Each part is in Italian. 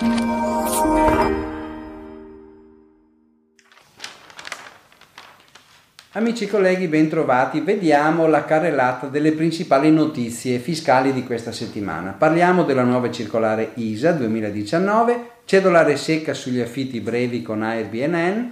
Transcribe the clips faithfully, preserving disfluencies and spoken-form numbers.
Amici e colleghi, bentrovati. Vediamo la carrellata delle principali notizie fiscali di questa settimana. Parliamo della nuova circolare I S A duemiladiciannove, cedolare secca sugli affitti brevi con Airbnb,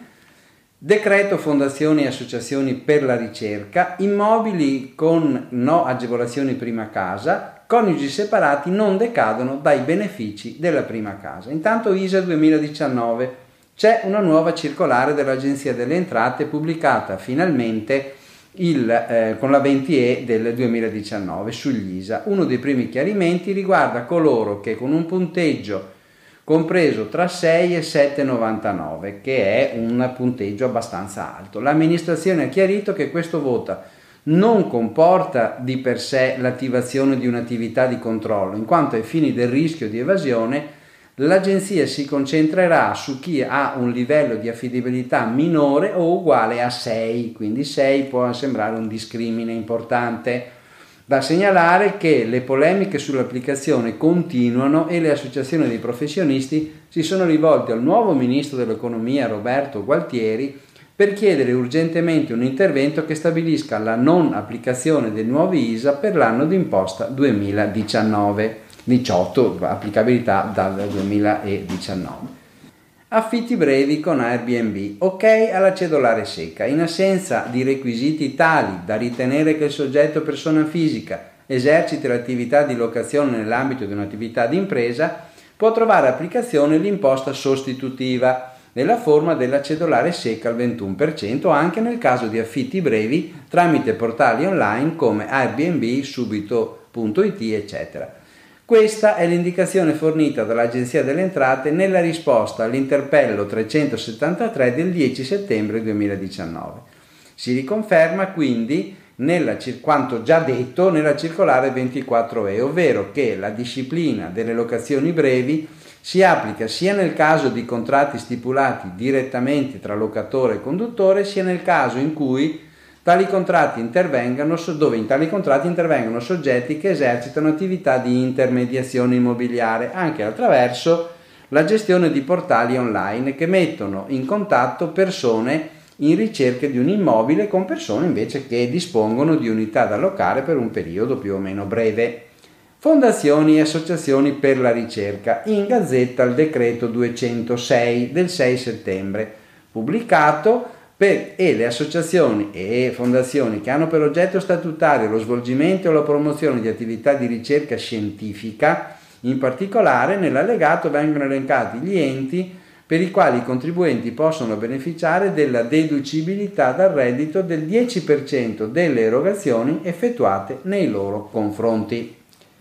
decreto fondazioni e associazioni per la ricerca, immobili con no agevolazioni prima casa, coniugi separati non decadono dai benefici della prima casa. Intanto I S A duemiladiciannove. C'è una nuova circolare dell'Agenzia delle Entrate pubblicata finalmente il, eh, con la venti E del duemiladiciannove sugli I S A. Uno dei primi chiarimenti riguarda coloro che con un punteggio compreso tra sei e sette virgola novantanove, che è un punteggio abbastanza alto. L'amministrazione ha chiarito che questo voto non comporta di per sé l'attivazione di un'attività di controllo, in quanto ai fini del rischio di evasione l'agenzia si concentrerà su chi ha un livello di affidabilità minore o uguale a sei, quindi sei può sembrare un discrimine importante. Da segnalare che le polemiche sull'applicazione continuano e le associazioni dei professionisti si sono rivolte al nuovo ministro dell'economia Roberto Gualtieri per chiedere urgentemente un intervento che stabilisca la non applicazione dei nuovi I S A per l'anno d'imposta duemiladiciannove. diciotto, applicabilità dal duemiladiciannove. Affitti brevi con Airbnb, ok alla cedolare secca. In assenza di requisiti tali da ritenere che il soggetto persona fisica eserciti l'attività di locazione nell'ambito di un'attività di impresa, può trovare applicazione l'imposta sostitutiva nella forma della cedolare secca al ventuno per cento anche nel caso di affitti brevi tramite portali online come Airbnb, subito punto it, eccetera. Questa è l'indicazione fornita dall'Agenzia delle Entrate nella risposta all'interpello trecentosettantatré del dieci settembre duemiladiciannove. Si riconferma quindi nella, quanto già detto nella circolare ventiquattro E, ovvero che la disciplina delle locazioni brevi si applica sia nel caso di contratti stipulati direttamente tra locatore e conduttore, sia nel caso in cui Tali contratti intervengano, dove in tali contratti intervengono soggetti che esercitano attività di intermediazione immobiliare anche attraverso la gestione di portali online che mettono in contatto persone in ricerca di un immobile con persone invece che dispongono di unità da allocare per un periodo più o meno breve. Fondazioni e associazioni per la ricerca. In Gazzetta il decreto duecentosei del sei settembre, pubblicato per, e le associazioni e fondazioni che hanno per oggetto statutario lo svolgimento o la promozione di attività di ricerca scientifica, in particolare nell'allegato vengono elencati gli enti per i quali i contribuenti possono beneficiare della deducibilità dal reddito del dieci per cento delle erogazioni effettuate nei loro confronti.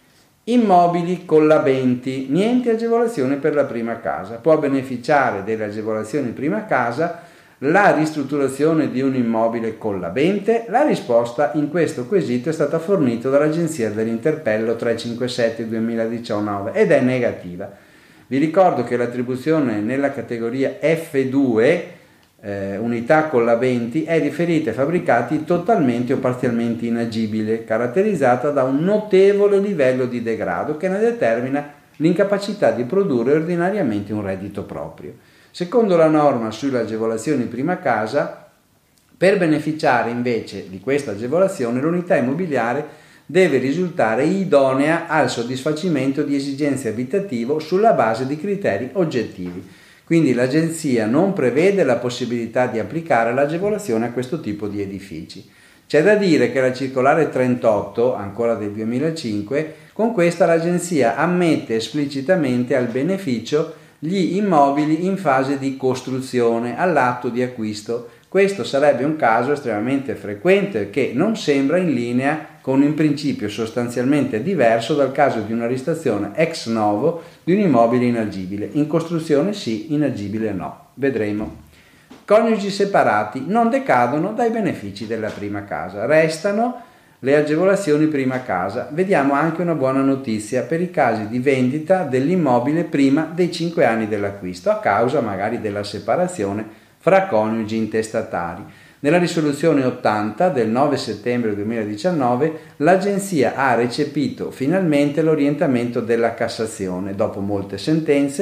Immobili collabenti, niente agevolazione per la prima casa. Può beneficiare delle agevolazioni prima casa la ristrutturazione di un immobile collabente? La risposta in questo quesito è stata fornita dall'Agenzia dell'Interpello trecentocinquantasette duemiladiciannove ed è negativa. Vi ricordo che l'attribuzione nella categoria F due, eh, unità collabenti, è riferita ai fabbricati totalmente o parzialmente inagibili, caratterizzata da un notevole livello di degrado che ne determina l'incapacità di produrre ordinariamente un reddito proprio. Secondo la norma sulle agevolazioni prima casa, per beneficiare invece di questa agevolazione l'unità immobiliare deve risultare idonea al soddisfacimento di esigenze abitative sulla base di criteri oggettivi. Quindi l'agenzia non prevede la possibilità di applicare l'agevolazione a questo tipo di edifici. C'è da dire che la circolare trentotto, ancora del duemilacinque, con questa l'agenzia ammette esplicitamente al beneficio gli immobili in fase di costruzione all'atto di acquisto. Questo sarebbe un caso estremamente frequente che non sembra in linea con un principio sostanzialmente diverso dal caso di una ristrutturazione ex novo di un immobile inagibile. In costruzione sì, inagibile no. Vedremo. Coniugi separati non decadono dai benefici della prima casa. Restano le agevolazioni prima casa. Vediamo anche una buona notizia per i casi di vendita dell'immobile prima dei cinque anni dell'acquisto, a causa magari della separazione fra coniugi intestatari. Nella risoluzione ottanta del nove settembre duemiladiciannove l'agenzia ha recepito finalmente l'orientamento della Cassazione. Dopo molte sentenze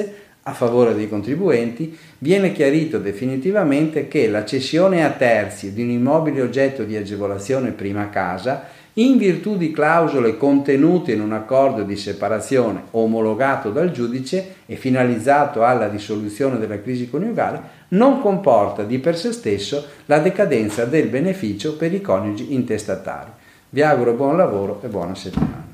a favore dei contribuenti, viene chiarito definitivamente che la cessione a terzi di un immobile oggetto di agevolazione prima casa, in virtù di clausole contenute in un accordo di separazione omologato dal giudice e finalizzato alla risoluzione della crisi coniugale, non comporta di per sé stesso la decadenza del beneficio per i coniugi intestatari. Vi auguro buon lavoro e buona settimana.